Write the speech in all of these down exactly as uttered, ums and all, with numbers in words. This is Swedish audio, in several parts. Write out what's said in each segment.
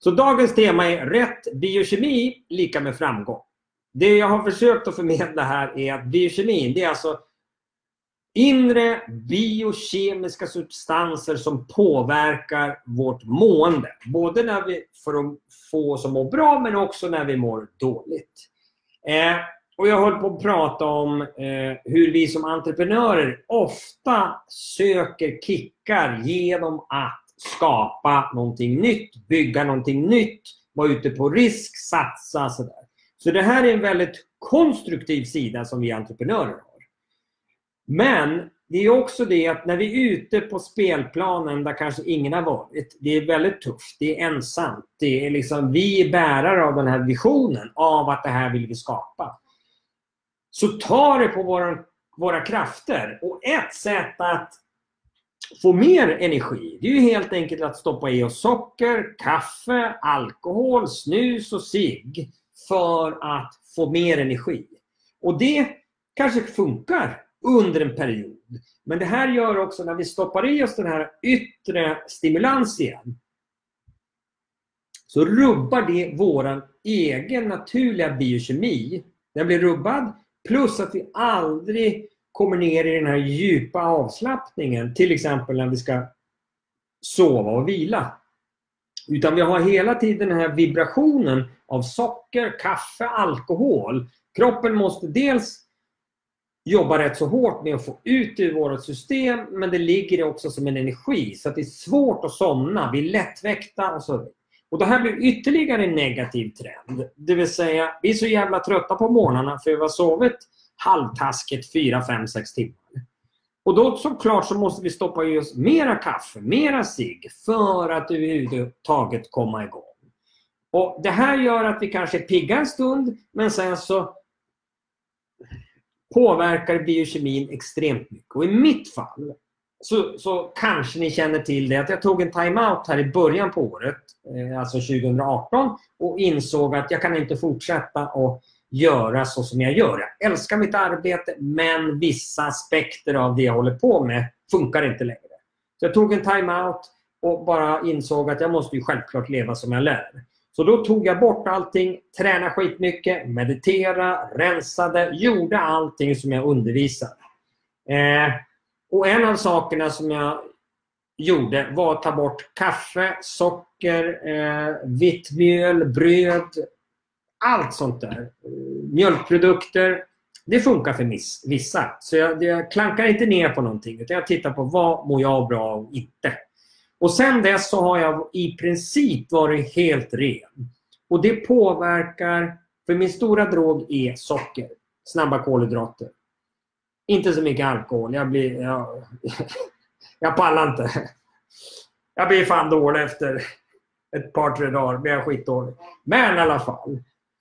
Så dagens tema är rätt biokemi lika med framgång. Det jag har försökt att förmedla här är att biokemin, det är alltså inre biokemiska substanser som påverkar vårt mående. Både när vi för att få oss att må bra, men också när vi mår dåligt. Eh, och jag håller på att prata om eh, hur vi som entreprenörer ofta söker kickar genom att skapa någonting nytt, bygga någonting nytt, vara ute på risk, satsa sådär. Så det här är en väldigt konstruktiv sida som vi entreprenörer har. Men det är också det att när vi är ute på spelplanen där kanske ingen har varit, det är väldigt tufft, det är ensamt, det är liksom vi är bärare av den här visionen av att det här vill vi skapa. Så tar det på våra, våra krafter, och ett sätt att få mer energi, det är ju helt enkelt att stoppa i oss socker, kaffe, alkohol, snus och cigg för att få mer energi. Och det kanske funkar under en period. Men det här gör också när vi stoppar i oss den här yttre stimulansen, så rubbar det våran egen naturliga biokemi. Den blir rubbad, plus att vi aldrig kommer ner i den här djupa avslappningen, till exempel när vi ska sova och vila. Utan vi har hela tiden den här vibrationen av socker, kaffe, alkohol. Kroppen måste dels jobba rätt så hårt med att få ut ur vårt system, men det ligger också som en energi, så att det är svårt att somna, vi är lättväckta och så. Och det här blir ytterligare en negativ trend. Det vill säga, vi är så jävla trötta på morgnarna för vi har sovit halvtaskigt fyra, fem, sex timmar. Och då såklart så måste vi stoppa i oss mera kaffe, mera cigg för att överhuvudtaget komma igång. Och det här gör att vi kanske är pigga en stund, men sen så påverkar biokemin extremt mycket. Och i mitt fall så, så kanske ni känner till det att jag tog en timeout här i början på året, eh, alltså tjugo arton, och insåg att jag kan inte fortsätta att göra så som jag gör. Jag älskar mitt arbete, men vissa aspekter av det jag håller på med funkar inte längre. Så jag tog en timeout och bara insåg att jag måste ju självklart leva som jag lär. Så då tog jag bort allting, tränade skitmycket, meditera, rensade, gjorde allting som jag undervisade. Eh, och en av sakerna som jag gjorde var att ta bort kaffe, socker, eh, vitt mjöl, bröd, allt sånt där. Eh, mjölkprodukter. Det funkar för vissa. Så jag, jag klankar inte ner på någonting, utan jag tittar på vad mår jag bra och inte. Och sen dess så har jag i princip varit helt ren. Och det påverkar, för min stora drog är socker. Snabba kolhydrater. Inte så mycket alkohol. Jag blir... Jag, jag pallar inte. Jag blir fan dålig efter ett par, tre dagar. Blir jag skitdålig. Men i alla fall.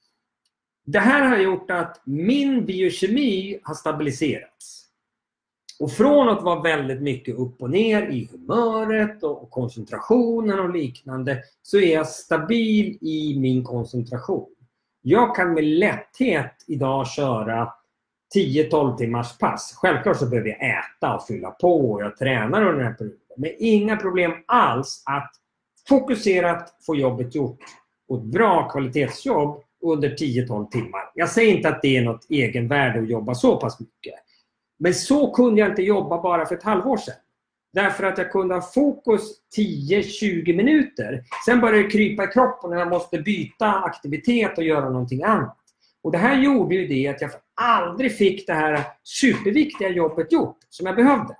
Det här har gjort att min biokemi har stabiliserats. Och från att vara väldigt mycket upp och ner i humöret och koncentrationen och liknande, så är jag stabil i min koncentration. Jag kan med lätthet idag köra tio till tolv timmars pass. Självklart så behöver jag äta och fylla på, och jag tränar under den här perioden. Men inga problem alls att fokuserat få jobbet gjort och ett bra kvalitetsjobb under tio till tolv timmar. Jag säger inte att det är något egenvärde att jobba så pass mycket. Men så kunde jag inte jobba bara för ett halvår sedan. Därför att jag kunde ha fokus tio till tjugo minuter. Sen började det krypa i kroppen och jag måste byta aktivitet och göra någonting annat. Och det här gjorde ju det att jag aldrig fick det här superviktiga jobbet gjort som jag behövde.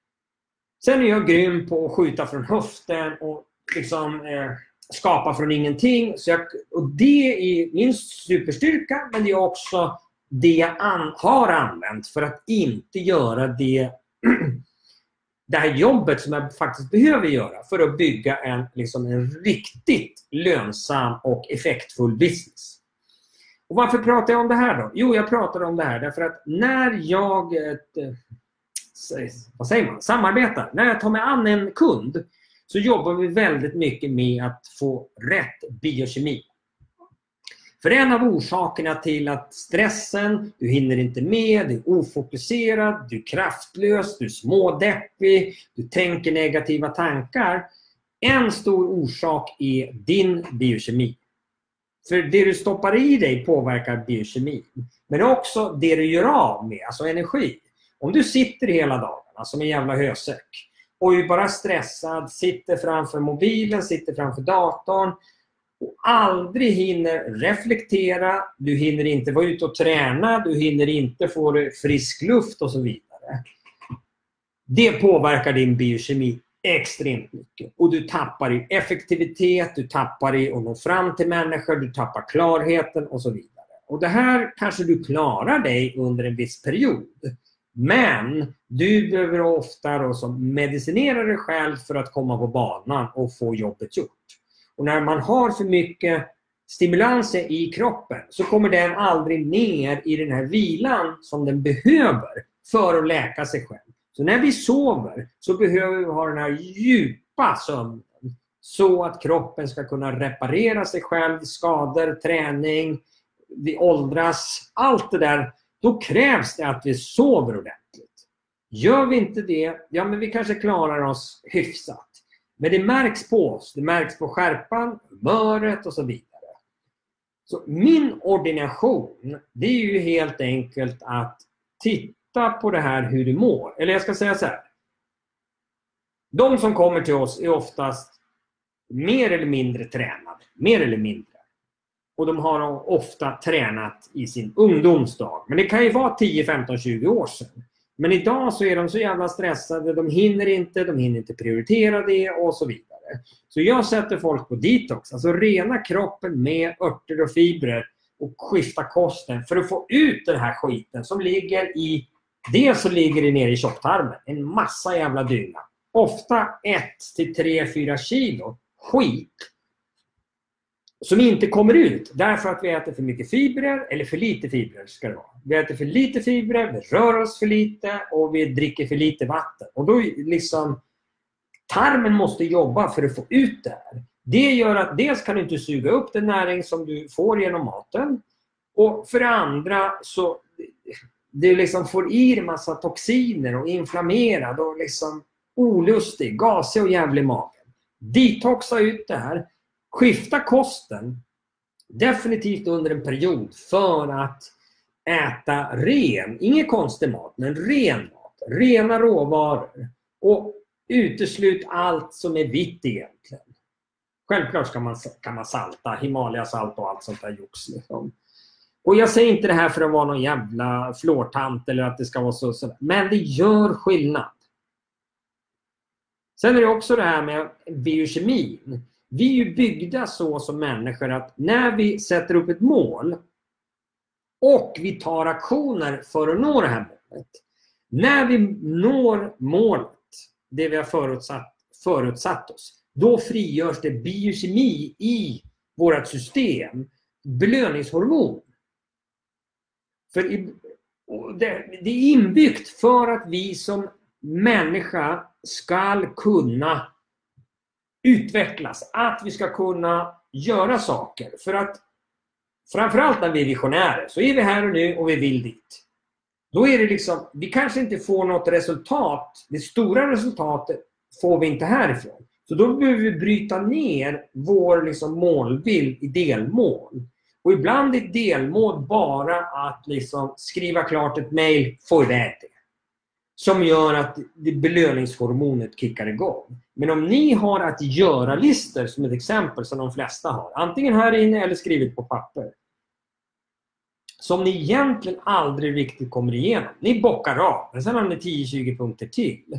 Sen är jag grym på att skjuta från höften och liksom eh, skapa från ingenting. Så jag, och det är min superstyrka, men det är också det jag an, har använt för att inte göra det, det här jobbet som jag faktiskt behöver göra för att bygga en, liksom en riktigt lönsam och effektfull business. Och varför pratar jag om det här då? Jo, jag pratar om det här därför att när jag eh, vad säger man? samarbetar, när jag tar mig an en kund, så jobbar vi väldigt mycket med att få rätt biokemi. För en av orsakerna till att stressen, du hinner inte med, du är ofokuserad, du är kraftlös, du är smådeppig, du tänker negativa tankar, en stor orsak är din biokemi. För det du stoppar i dig påverkar biokemin. Men också det du gör av med, alltså energi. Om du sitter hela dagarna som en jävla hösäck och är bara stressad, sitter framför mobilen, sitter framför datorn och aldrig hinner reflektera, du hinner inte vara ute och träna, du hinner inte få frisk luft och så vidare. Det påverkar din biokemi extremt mycket. Och du tappar i effektivitet, du tappar i att nå fram till människor, du tappar klarheten och så vidare. Och det här kanske du klarar dig under en viss period. Men du behöver ofta då som medicinera dig själv för att komma på banan och få jobbet gjort. Och när man har för mycket stimulanser i kroppen så kommer den aldrig ner i den här vilan som den behöver för att läka sig själv. Så när vi sover så behöver vi ha den här djupa sömnen så att kroppen ska kunna reparera sig själv, skador, träning, vi åldras, allt det där. Då krävs det att vi sover ordentligt. Gör vi inte det, ja men vi kanske klarar oss hyfsat. Men det märks på oss, det märks på skärpan, humöret och så vidare. Så min ordination, det är ju helt enkelt att titta på det här hur du mår. Eller jag ska säga så här. De som kommer till oss är oftast mer eller mindre tränade. Mer eller mindre. Och de har ofta tränat i sin ungdomsdag. Men det kan ju vara tio, femton, tjugo år sedan. Men idag så är de så jävla stressade. De hinner inte, de hinner inte prioritera det och så vidare. Så jag sätter folk på detox. Alltså rena kroppen med örter och fibrer. Och skifta kosten för att få ut den här skiten som ligger i... Det så ligger det nere i tjocktarmen. En massa jävla dynga. Ofta ett till tre fyra kilo skit. Som inte kommer ut. Därför att vi äter för mycket fibrer. Eller för lite fibrer ska det vara. Vi äter för lite fibrer. Vi rör oss för lite. Och vi dricker för lite vatten. Och då liksom... Tarmen måste jobba för att få ut det här. Det gör att dels kan du inte suga upp den näring som du får genom maten. Och för det andra så... Du liksom får i en massa toxiner och inflammerad och liksom olustig, gasig och jävlig magen. Detoxa ut det här. Skifta kosten. Definitivt under en period för att äta ren, ingen konstig mat, men ren mat. Rena råvaror. Och uteslut allt som är vitt egentligen. Självklart ska man, kan man salta, Himalaya-salt och allt sånt där jox liksom. Och jag säger inte det här för att vara någon jävla flårtant eller att det ska vara så sådär. Men det gör skillnad. Sen är det också det här med biokemin. Vi är ju byggda så som människor att när vi sätter upp ett mål och vi tar aktioner för att nå det här målet. När vi når målet, det vi har förutsatt, förutsatt oss, då frigörs det biokemi i vårt system. Belöningshormon. För det, det är inbyggt för att vi som människa ska kunna utvecklas. Att vi ska kunna göra saker. För att framförallt när vi är visionärer så är vi här och nu och vi vill dit. Då är det liksom, vi kanske inte får något resultat. Det stora resultatet får vi inte härifrån. Så då behöver vi bryta ner vår liksom målbild i delmål. Och ibland är delmål bara att liksom skriva klart ett mejl, få iväg det. Som gör att det belöningshormonet kickar igång. Men om ni har att göra-listor som ett exempel som de flesta har. Antingen här inne eller skrivit på papper. Som ni egentligen aldrig riktigt kommer igenom. Ni bockar av. Men sen har ni tio till tjugo punkter till.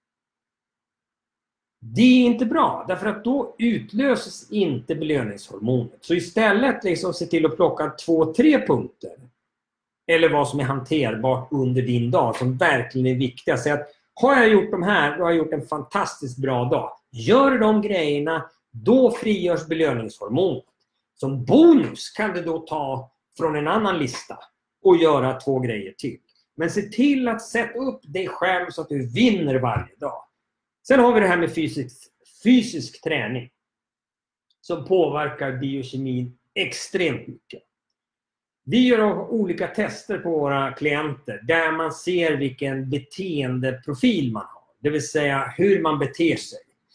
Det är inte bra, därför att då utlöses inte belöningshormonet. Så istället liksom se till att plocka två, tre punkter. Eller vad som är hanterbart under din dag som verkligen är viktiga. Så att har jag gjort de här, då har jag gjort en fantastiskt bra dag. Gör de grejerna, då frigörs belöningshormonet. Som bonus kan du då ta från en annan lista och göra två grejer till. Men se till att sätta upp dig själv så att du vinner varje dag. Sen har vi det här med fysisk, fysisk träning som påverkar biokemin extremt mycket. Vi gör olika tester på våra klienter där man ser vilken beteendeprofil man har. Det vill säga hur man beter sig.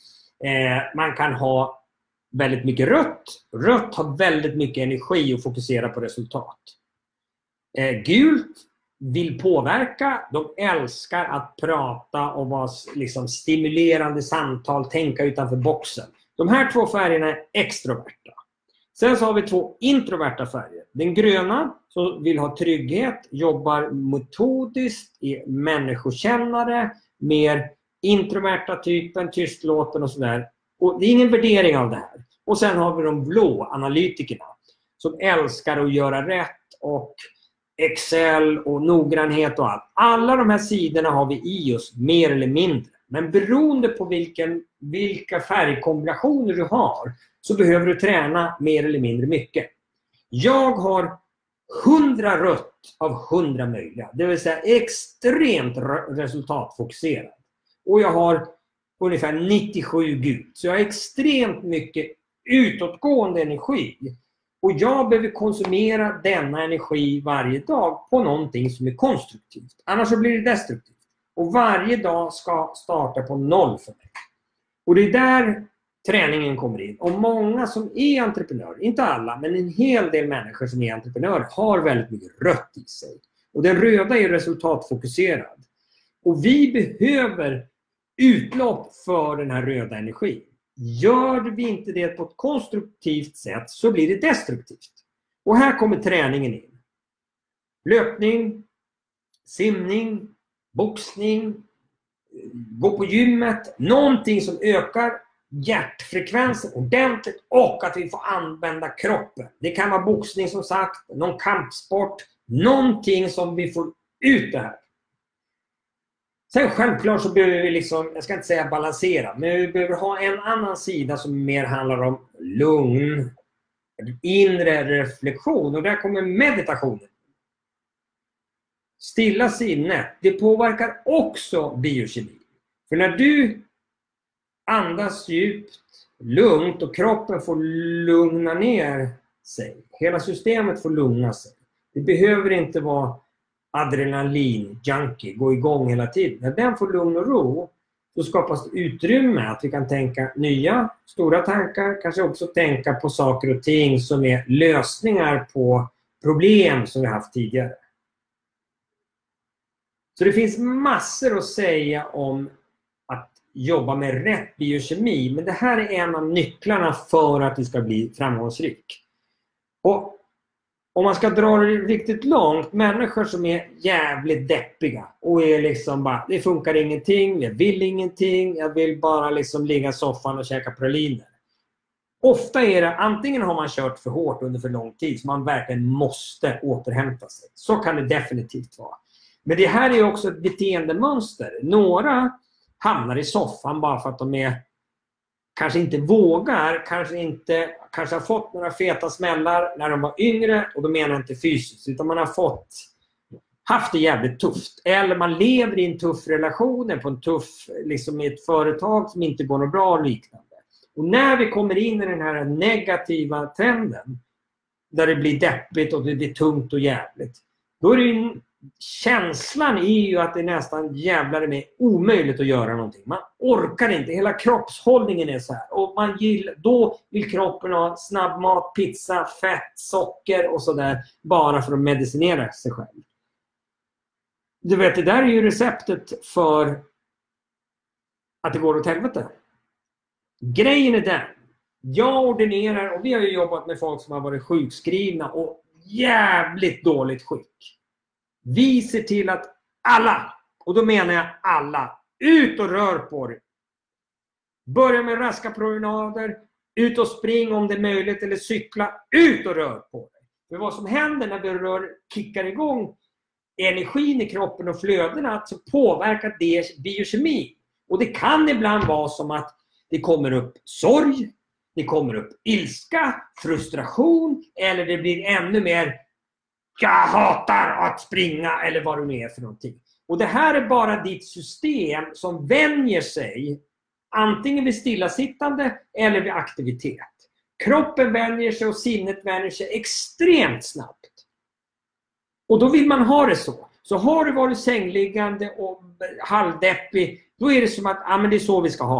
Eh, man kan ha väldigt mycket rött. Rött har väldigt mycket energi och fokuserar på resultat. Eh, gult vill påverka. De älskar att prata och vara liksom stimulerande samtal, tänka utanför boxen. De här två färgerna är extroverta. Sen så har vi två introverta färger. Den gröna som vill ha trygghet, jobbar metodiskt, är människokännare, mer introverta typen, tystlåten och sådär. Och det är ingen värdering av det här. Och sen har vi de blå analytikerna som älskar att göra rätt och Excel och noggrannhet och allt. Alla de här sidorna har vi i oss mer eller mindre. Men beroende på vilken, vilka färgkombinationer du har så behöver du träna mer eller mindre mycket. Jag har hundra rött av hundra möjliga. Det vill säga extremt resultatfokuserad. Och jag har ungefär nittiosju gult. Så jag har extremt mycket utåtgående energi. Och jag behöver konsumera denna energi varje dag på någonting som är konstruktivt. Annars så blir det destruktivt. Och varje dag ska starta på noll för mig. Och det är där träningen kommer in. Och många som är entreprenörer, inte alla, men en hel del människor som är entreprenörer har väldigt mycket rött i sig. Och den röda är resultatfokuserad. Och vi behöver utlopp för den här röda energin. Gör vi inte det på ett konstruktivt sätt så blir det destruktivt. Och här kommer träningen in. Löpning, simning, boxning, gå på gymmet. Någonting som ökar hjärtfrekvensen ordentligt och att vi får använda kroppen. Det kan vara boxning som sagt, någon kampsport. Någonting som vi får ut det här. Sen självklart så behöver vi liksom, jag ska inte säga balansera, men vi behöver ha en annan sida som mer handlar om lugn, inre reflektion. Och där kommer meditationen. Stilla sinne, det påverkar också biokemi. För när du andas djupt, lugnt och kroppen får lugna ner sig. Hela systemet får lugna sig. Det behöver inte vara adrenalin, junkie, gå igång hela tiden. När den får lugn och ro, då skapas det utrymme att vi kan tänka nya, stora tankar. Kanske också tänka på saker och ting som är lösningar på problem som vi haft tidigare. Så det finns massor att säga om att jobba med rätt biokemi. Men det här är en av nycklarna för att vi ska bli framgångsrik. Och om man ska dra det riktigt långt, människor som är jävligt deppiga och är liksom bara, det funkar ingenting, jag vill ingenting, jag vill bara liksom ligga i soffan och käka praliner. Ofta är det, antingen har man kört för hårt under för lång tid så man verkligen måste återhämta sig. Så kan det definitivt vara. Men det här är också ett beteendemönster. Några hamnar i soffan bara för att de är kanske inte vågar, kanske inte kanske har fått några feta smällar när de var yngre, och då menar jag inte fysiskt, utan man har fått haft det jävligt tufft. Eller man lever i en tuff relation, på en tuff, liksom i ett företag som inte går något bra och liknande. Och när vi kommer in i den här negativa trenden, där det blir deppigt och det blir tungt och jävligt, då är det ju, känslan är ju att det nästan jävlar med omöjligt att göra någonting. Man orkar inte, hela kroppshållningen är så här. Och man gill, då vill kroppen ha snabbmat, pizza, fett, socker och sådär, bara för att medicinera sig själv. Du vet, det där är ju receptet för att det går åt helvete. Grejen är den, jag ordinerar, och vi har ju jobbat med folk som har varit sjukskrivna och jävligt dåligt skick. Vi ser till att alla, och då menar jag alla, ut och rör på det. Börja med raska promenader, ut och spring om det är möjligt, eller cykla, ut och rör på det. För vad som händer när vi rör, kickar igång energin i kroppen och flödena, så påverkar det biokemi. Och det kan ibland vara som att det kommer upp sorg, det kommer upp ilska, frustration, eller det blir ännu mer jag hatar att springa, eller vad det nu är för någonting. Och det här är bara ditt system som vänjer sig antingen vid stillasittande eller vid aktivitet. Kroppen vänjer sig och sinnet vänjer sig extremt snabbt. Och då vill man ha det så. Så har du varit sängliggande och halvdeppig, då är det som att ah, men det är så vi ska ha det.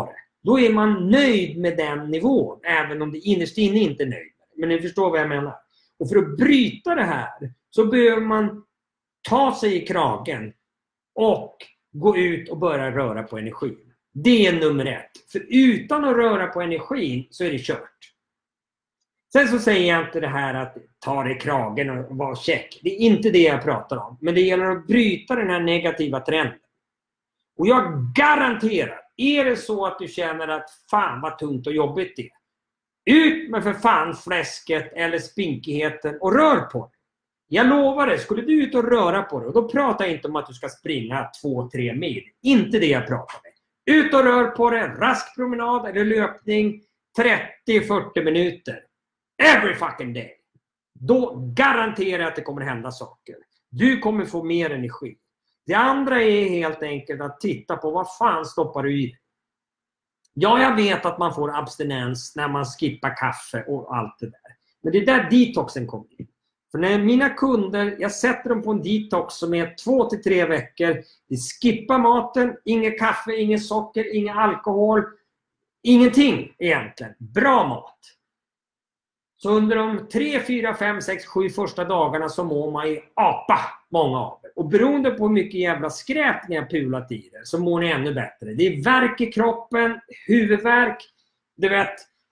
Då är man nöjd med den nivån, även om det innerst inne inte är nöjd. Men ni förstår vad jag menar. Och för att bryta det här så behöver man ta sig i kragen och gå ut och börja röra på energin. Det är nummer ett. För utan att röra på energin så är det kört. Sen så säger jag inte det här att ta det i kragen och vara check. Det är inte det jag pratar om. Men det gäller att bryta den här negativa trenden. Och jag garanterar, är det så att du känner att fan vad tungt och jobbigt det är. Ut med för fan fläsket eller spinkigheten och rör på det. Jag lovar dig, skulle du ut och röra på det, och då pratar jag inte om att du ska springa två tre mil. Inte det jag pratar med. Ut och rör på det, rask promenad eller löpning, trettio till fyrtio minuter. Every fucking day. Då garanterar jag att det kommer hända saker. Du kommer få mer energi. Det andra är helt enkelt att titta på vad fan stoppar du i dig. Ja, jag vet att man får abstinens när man skippar kaffe och allt det där. Men det är där detoxen kommer in. För när mina kunder, jag sätter dem på en detox som är två till tre veckor. De skippar maten, inget kaffe, ingen socker, ingen alkohol. Ingenting egentligen. Bra mat. Så under de tre, fyra, fem, sex, sju första dagarna så mår man ju apa, många av er. Och beroende på hur mycket jävla skräp ni har pulat i det så mår ni ännu bättre. Det är värk i kroppen, huvudvärk, du vet.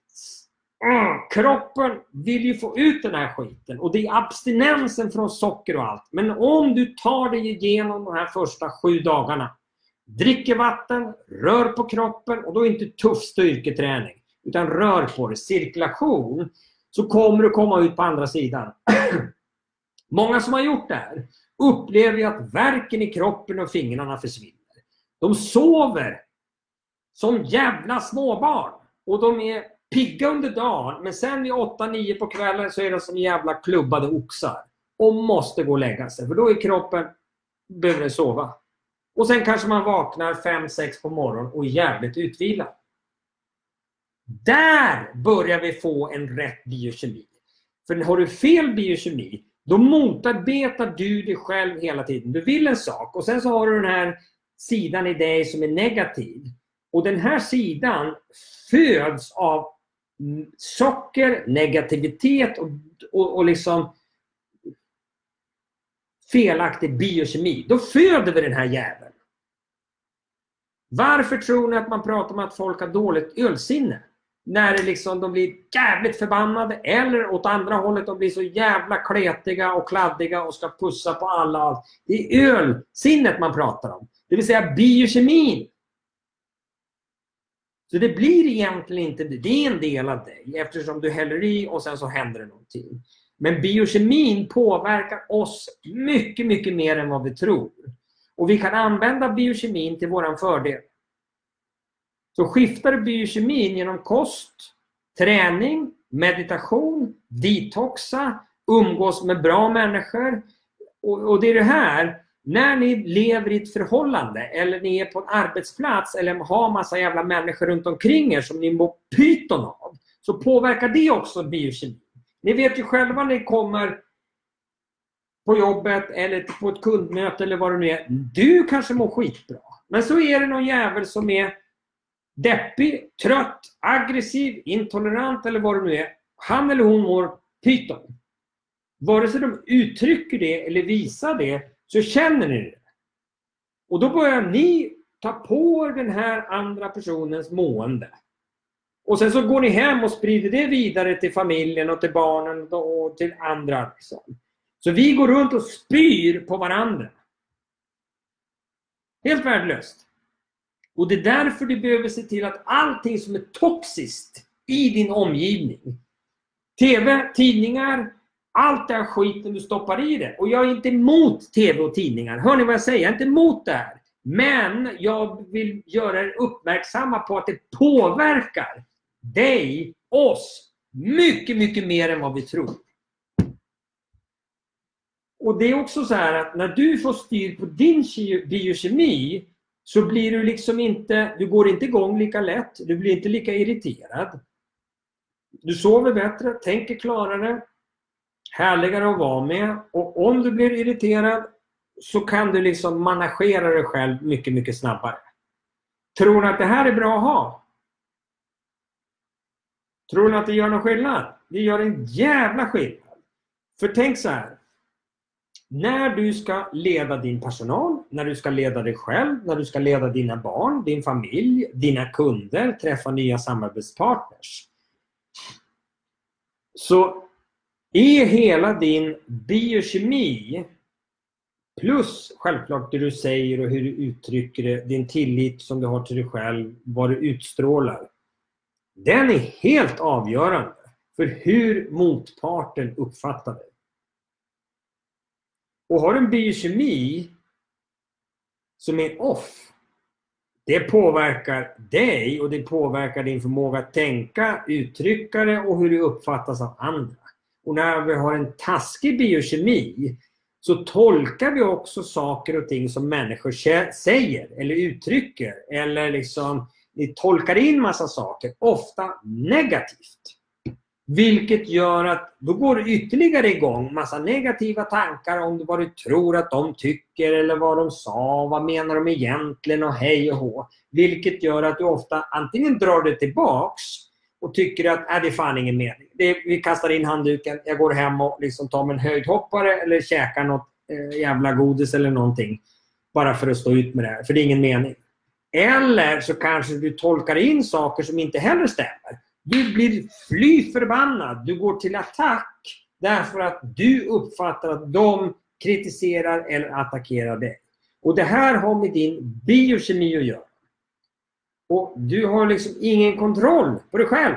Mm, kroppen vill ju få ut den här skiten. Och det är abstinensen från socker och allt. Men om du tar dig igenom de här första sju dagarna. Dricker vatten, rör på kroppen. Och då är det inte tuff styrketräning. Utan rör på det, cirkulation. Så kommer du komma ut på andra sidan. Många som har gjort det här upplever ju att värken i kroppen och fingrarna försvinner. De sover som jävla småbarn. Och de är pigga under dagen. Men sen vid åtta nio på kvällen så är de som jävla klubbade oxar. Och måste gå och lägga sig. För då är kroppen, behöver sova. Och sen kanske man vaknar fem sex på morgonen och är jävligt utvilad. Där börjar vi få en rätt biokemi. För har du fel biokemi, då motarbetar du dig själv hela tiden. Du vill en sak och sen så har du den här sidan i dig som är negativ. Och den här sidan föds av socker, negativitet och, och, och liksom felaktig biokemi. Då föder vi den här jäveln. Varför tror ni att man pratar om att folk har dåligt ölsinne? När det liksom, de blir jävligt förbannade. Eller åt andra hållet, de blir så jävla kletiga och kladdiga och ska pussa på alla. Det är ölsinnet man pratar om. Det vill säga biokemin. Så det blir egentligen inte det. Det är en del av dig. Eftersom du häller i och sen så händer det någonting. Men biokemin påverkar oss mycket, mycket mer än vad vi tror. Och vi kan använda biokemin till våran fördel. Så skiftar du biokemin genom kost, träning, meditation, detoxa, umgås med bra människor. Och, och det är det här, när ni lever i ett förhållande eller ni är på en arbetsplats eller har massa jävla människor runt omkring er som ni mår pyton av, så påverkar det också biokemin. Ni vet ju själva när ni kommer på jobbet eller på ett kundmöte eller vad det nu är. Du kanske mår skitbra. Men så är det någon jävel som är deppig, trött, aggressiv, intolerant eller vad det nu är. Han eller hon mår pyton. Vare sig de uttrycker det eller visar det så känner ni det. Och då börjar ni ta på den här andra personens mående. Och sen så går ni hem och sprider det vidare till familjen och till barnen och till andra. Så vi går runt och spyr på varandra. Helt värdelöst. Och det är därför du behöver se till att allting som är toxiskt i din omgivning. Tv, tidningar, allt det här skiten du stoppar i det. Och jag är inte emot tv och tidningar. Hör ni vad jag säger? Jag är inte emot det här. Men jag vill göra er uppmärksamma på att det påverkar dig, oss, mycket, mycket mer än vad vi tror. Och det är också så här att när du får styr på din biokemi så blir du liksom inte, du går inte igång lika lätt, du blir inte lika irriterad. Du sover bättre, tänker klarare, härligare att vara med. Och om du blir irriterad så kan du liksom managera dig själv mycket, mycket snabbare. Tror ni att det här är bra att ha? Tror ni att det gör någon skillnad? Det gör en jävla skillnad. För tänk så här. När du ska leda din personal, när du ska leda dig själv, när du ska leda dina barn, din familj, dina kunder, träffa nya samarbetspartners. Så är hela din biokemi plus självklart det du säger och hur du uttrycker det, din tillit som du har till dig själv, vad du utstrålar. Den är helt avgörande för hur motparten uppfattar dig. Och har du en biokemi som är off, det påverkar dig och det påverkar din förmåga att tänka, uttrycka det och hur du uppfattas av andra. Och när vi har en taskig biokemi så tolkar vi också saker och ting som människor säger eller uttrycker. Eller liksom, vi tolkar in massa saker, ofta negativt. Vilket gör att då går det ytterligare igång massa negativa tankar om vad du tror att de tycker eller vad de sa, vad menar de egentligen och hej och hå. Vilket gör att du ofta antingen drar det tillbaks och tycker att äh, det är fan ingen mening. Det, vi kastar in handduken, jag går hem och liksom tar mig en höjdhoppare eller käkar något eh, jävla godis eller någonting. Bara för att stå ut med det här, för det är ingen mening. Eller så kanske du tolkar in saker som inte heller stämmer. Du blir fly förbannad. Du går till attack därför att du uppfattar att de kritiserar eller attackerar dig. Och det här har med din biokemi att göra. Och du har liksom ingen kontroll på dig själv.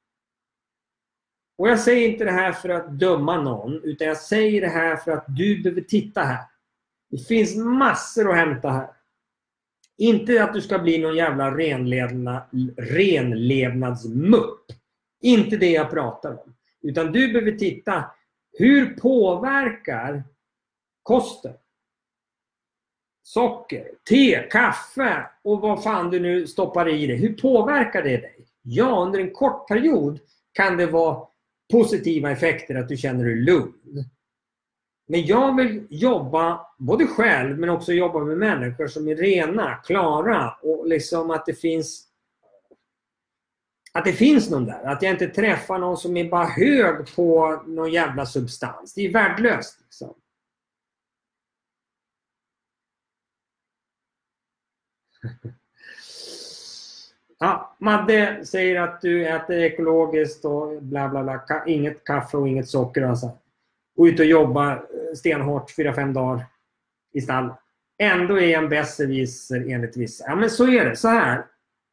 Och jag säger inte det här för att döma någon, utan jag säger det här för att du behöver titta här. Det finns massor att hämta här. Inte att du ska bli någon jävla renlevna, renlevnadsmupp. Inte det jag pratar om. Utan du behöver titta, hur påverkar kosten? Socker, te, kaffe och vad fan du nu stoppar i det. Hur påverkar det dig? Ja, under en kort period kan det vara positiva effekter, att du känner dig lugn. Men jag vill jobba både själv men också jobba med människor som är rena, klara och liksom att det finns att det finns någon där. Att jag inte träffar någon som är bara hög på någon jävla substans. Det är värdelöst liksom. Ja, Madde säger att du äter ekologiskt och bla bla bla. Inget kaffe och inget socker alltså. Gå ut och jobba stenhårt fyra fem dagar i stall. Ändå är jag en besserwisser enligt vissa. Ja, men så är det. Så här.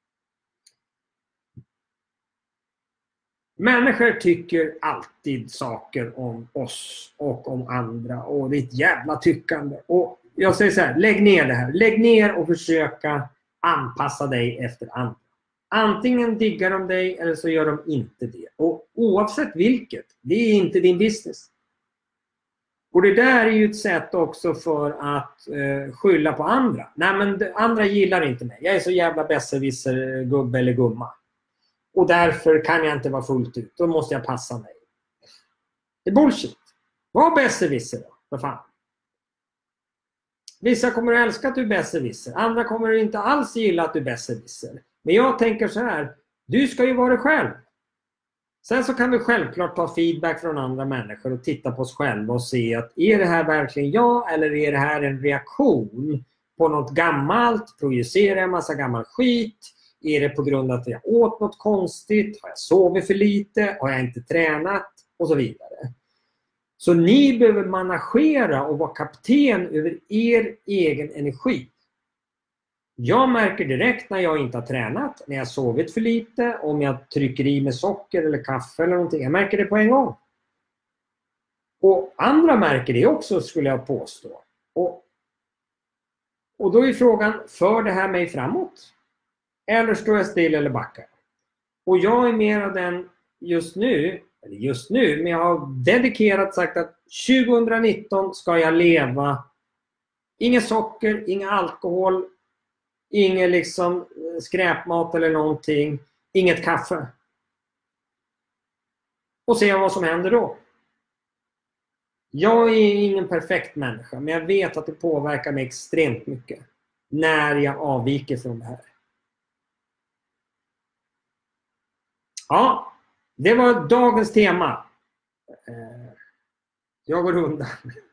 Människor tycker alltid saker om oss och om andra. Och det är ett jävla tyckande. Och jag säger så här. Lägg ner det här. Lägg ner och försöka anpassa dig efter andra. Antingen diggar de dig eller så gör de inte det. Och oavsett vilket. Det är inte din business. Och det där är ju ett sätt också för att eh, skylla på andra. Nej, men andra gillar inte mig. Jag är så jävla besserwisser gubbe eller gumma. Och därför kan jag inte vara fullt ut. Då måste jag passa mig. Det är bullshit. Var besserwisser då. Vad fan. Vissa kommer att älska att du är besserwisser. Andra kommer inte alls gilla att du är besserwisser. Men jag tänker så här. Du ska ju vara dig själv. Sen så kan vi självklart ta feedback från andra människor och titta på oss själva och se att är det här verkligen jag eller är det här en reaktion på något gammalt? Projicerar jag en massa gammal skit? Är det på grund av att jag åt något konstigt? Har jag sovit för lite? Har jag inte tränat? Och så vidare. Så ni behöver managera och vara kapten över er egen energi. Jag märker direkt när jag inte har tränat, när jag har sovit för lite, om jag trycker i med socker eller kaffe eller någonting. Jag märker det på en gång. Och andra märker det också, skulle jag påstå. Och, och då är frågan, för det här mig framåt? Eller står jag still eller backar? Och jag är mer av den just nu, eller just nu, men jag har dedikerat sagt att tjugonitton ska jag leva inget socker, ingen alkohol, ingen liksom skräpmat eller någonting. Inget kaffe. Och se vad som händer då. Jag är ingen perfekt människa. Men jag vet att det påverkar mig extremt mycket. När jag avviker från det här. Ja. Det var dagens tema. Jag går undan.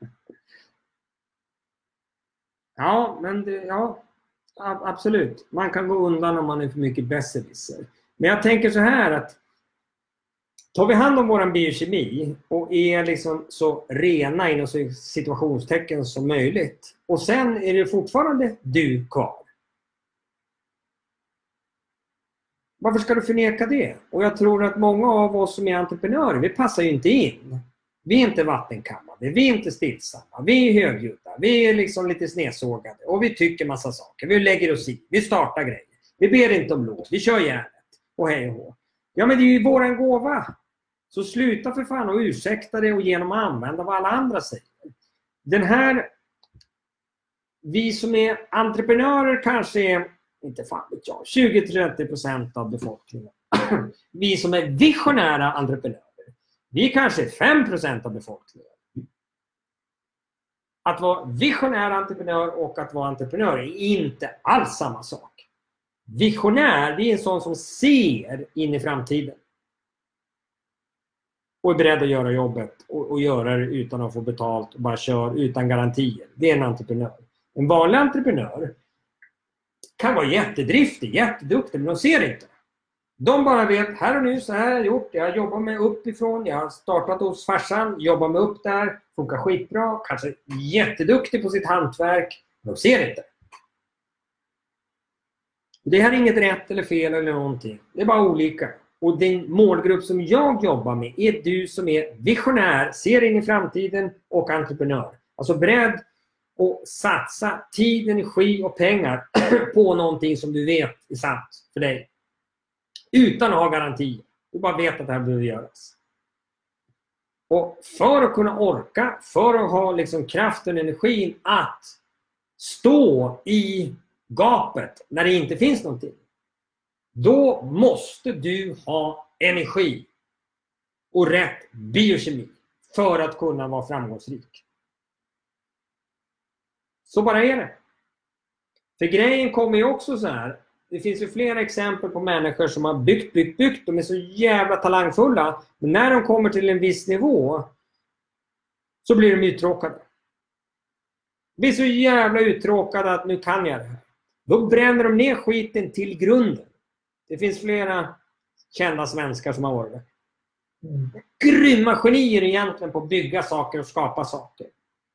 Ja, men det, ja, absolut. Man kan gå undan om man är för mycket besserwisser. Men jag tänker så här att tar vi hand om våran biokemi och är liksom så rena inom situationstecken som möjligt. Och sen är det fortfarande du kvar. Varför ska du förneka det? Och jag tror att många av oss som är entreprenörer, vi passar ju inte in. Vi är inte vattenkammade, vi är inte stillsamma, vi är högljudda, vi är liksom lite snedsågade och vi tycker massa saker. Vi lägger oss i, vi startar grejer. Vi ber inte om lov, vi kör järnet och hej och hå. Ja, men det är ju våran gåva. Så sluta för fan och ursäkta det och genom att använda vad alla andra säger. Den här, vi som är entreprenörer kanske är, inte fan vet jag, tjugo till trettio procent av befolkningen. Vi som är visionära entreprenörer, vi kanske är fem procent av befolkningen. Att vara visionär entreprenör och att vara entreprenör är inte alls samma sak. Visionär, det är en sån som ser in i framtiden. Och är beredd att göra jobbet och, och göra det utan att få betalt och bara kör utan garantier. Det är en entreprenör. En vanlig entreprenör kan vara jättedriftig, jätteduktig, men de ser inte. De bara vet, här och nu så här har jag gjort. Jag jobbar med uppifrån, jag har startat hos farsan, jobbar med upp där, funkar skitbra, kanske jätteduktig på sitt hantverk. De ser inte. Det här är inget rätt eller fel eller någonting. Det är bara olika. Och den målgrupp som jag jobbar med är du som är visionär, ser in i framtiden och entreprenör. Alltså beredd att satsa tid, energi och pengar på någonting som du vet är sant för dig. Utan att ha garanti. Du bara vet att det här behöver göras. Och för att kunna orka, för att ha liksom kraften och energin att stå i gapet när det inte finns någonting. Då måste du ha energi och rätt biokemi för att kunna vara framgångsrik. Så bara är det. För grejen kommer ju också så här. Det finns ju flera exempel på människor som har byggt, byggt, byggt. De är så jävla talangfulla. Men när de kommer till en viss nivå så blir de uttråkade. De blir så jävla uttråkade att nu kan jag det här. Då bränner de ner skiten till grunden. Det finns flera kända svenskar som har varit det. Grymma genier egentligen på att bygga saker och skapa saker.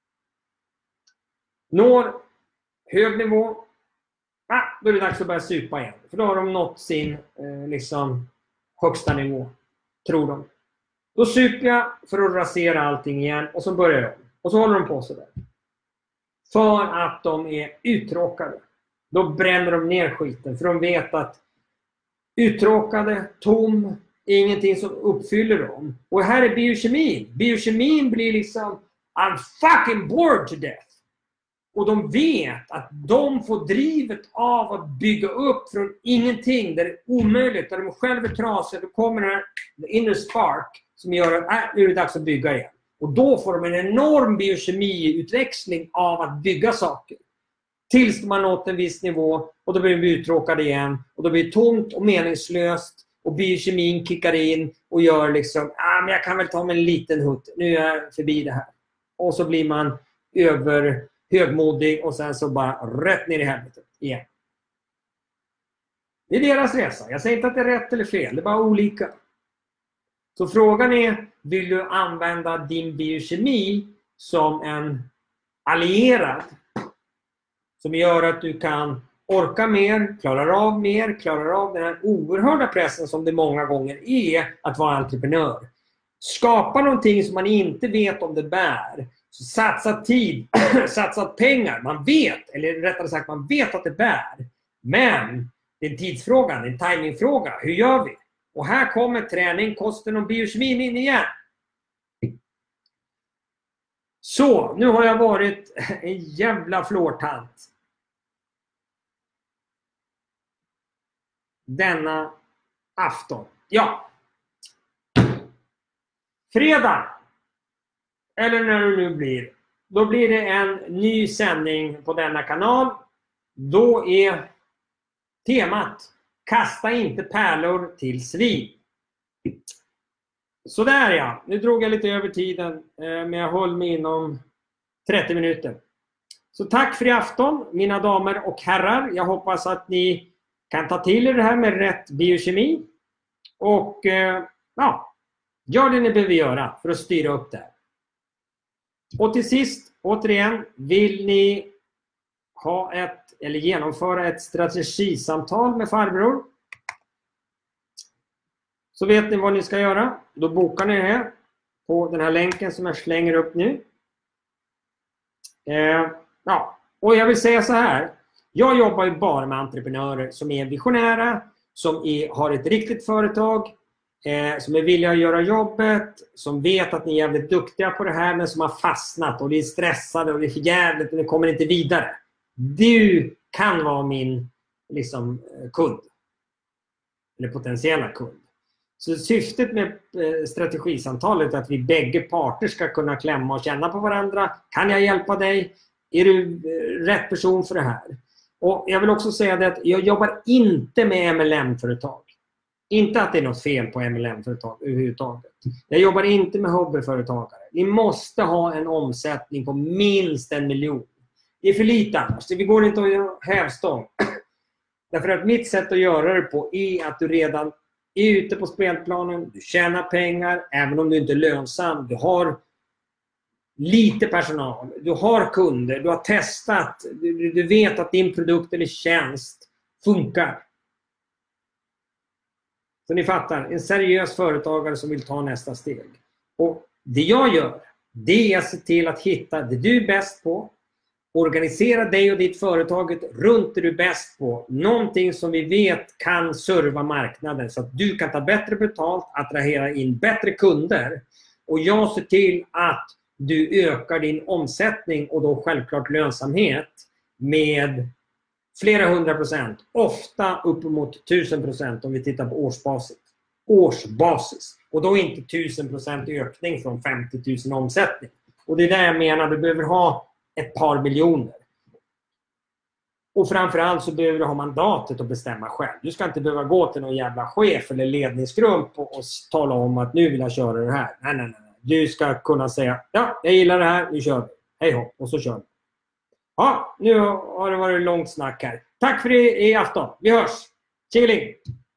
Når hög nivå. Ah, då är det dags att börja supa igen. För då har de nått sin eh, liksom, högsta nivå. Tror de. Då super jag för att rasera allting igen. Och så börjar jag. Och så håller de på så där. För att de är uttråkade. Då bränner de ner skiten. För de vet att uttråkade, tom, ingenting som uppfyller dem. Och här är biokemin. Biokemin blir liksom I'm fucking bored to death. Och de vet att de får drivet av att bygga upp från ingenting. Där det är omöjligt. Där de själva är trasiga. Då kommer den här inner spark som gör att äh, nu är det dags att bygga igen. Och då får de en enorm biokemiutväxling av att bygga saker. Tills man nått en viss nivå och då blir de uttråkade igen. Och då blir det tomt och meningslöst. Och biokemin kickar in och gör liksom, ah, men jag kan väl ta mig en liten hutt. Nu är jag förbi det här. Och så blir man över högmodig och sen så bara rätt ner i helvetet igen. Det är deras resa. Jag säger inte att det är rätt eller fel. Det är bara olika. Så frågan är, vill du använda din biokemi som en allierad som gör att du kan orka mer, klarar av mer, klarar av den här oerhörda pressen som det många gånger är att vara entreprenör. Skapa någonting som man inte vet om det bär. Så satsa tid, satsa pengar. Man vet, eller rättare sagt man vet att det bär. Men det är en tidsfråga, det är en timingfråga. Hur gör vi? Och här kommer träning, kosten och biokemin in igen. Så, nu har jag varit en jävla flårtant. Denna afton. Ja. Fredag. Eller när det nu blir. Då blir det en ny sändning på denna kanal. Då är temat: kasta inte pärlor till svin. Så där ja, nu drog jag lite över tiden, men jag höll mig inom trettio minuter. Så tack för i afton, mina damer och herrar. Jag hoppas att ni kan ta till er det här med rätt biokemi. Och ja, gör det ni behöver göra för att styra upp det. Och till sist, återigen, vill ni ha ett eller genomföra ett strategisamtal med farbror, så vet ni vad ni ska göra. Då bokar ni det på den här länken som jag slänger upp nu. Eh, ja. Och jag vill säga så här. Jag jobbar ju bara med entreprenörer som är visionära, som är, har ett riktigt företag, eh, som är villiga att göra jobbet, som vet att ni är jävligt duktiga på det här, men som har fastnat och det är stressade och det är för jävligt och det kommer inte vidare. Du kan vara min liksom, kund. Eller potentiella kund. Så syftet med strategisamtalet är att vi bägge parter ska kunna klämma och känna på varandra. Kan jag hjälpa dig? Är du rätt person för det här? Och jag vill också säga det att jag jobbar inte med M L M-företag. Inte att det är något fel på M L M-företag överhuvudtaget. Jag jobbar inte med hobbyföretagare. Ni måste ha en omsättning på minst en miljon. Det är för lite annars. Vi går inte att göra hävstång. Därför att mitt sätt att göra det på är att du redan är ute på spelplanen. Du tjänar pengar även om du inte är lönsam. Du har lite personal. Du har kunder. Du har testat. Du, du vet att din produkt eller tjänst funkar. Så ni fattar. En seriös företagare som vill ta nästa steg. Och det jag gör, det är att se till att hitta det du är bäst på. Organisera dig och ditt företag runt det du är bäst på. Någonting som vi vet kan serva marknaden så att du kan ta bättre betalt, attrahera in bättre kunder. Och jag ser till att du ökar din omsättning och då självklart lönsamhet med flera hundra procent. Ofta uppemot tusen procent om vi tittar på årsbasis. Årsbasis. Och då inte tusen procent ökning från femtio tusen omsättning. Och det är det jag menar, du behöver ha ett par miljoner. Och framförallt så behöver du ha mandatet att bestämma själv. Du ska inte behöva gå till någon jävla chef eller ledningsgrupp och, och tala om att nu vill jag köra det här. Nej, nej, nej. Du ska kunna säga, ja, jag gillar det här, nu kör vi. Hej hopp, och så kör vi. Ja, nu har det varit långt snack här. Tack för det i afton. Vi hörs. Tjingeling!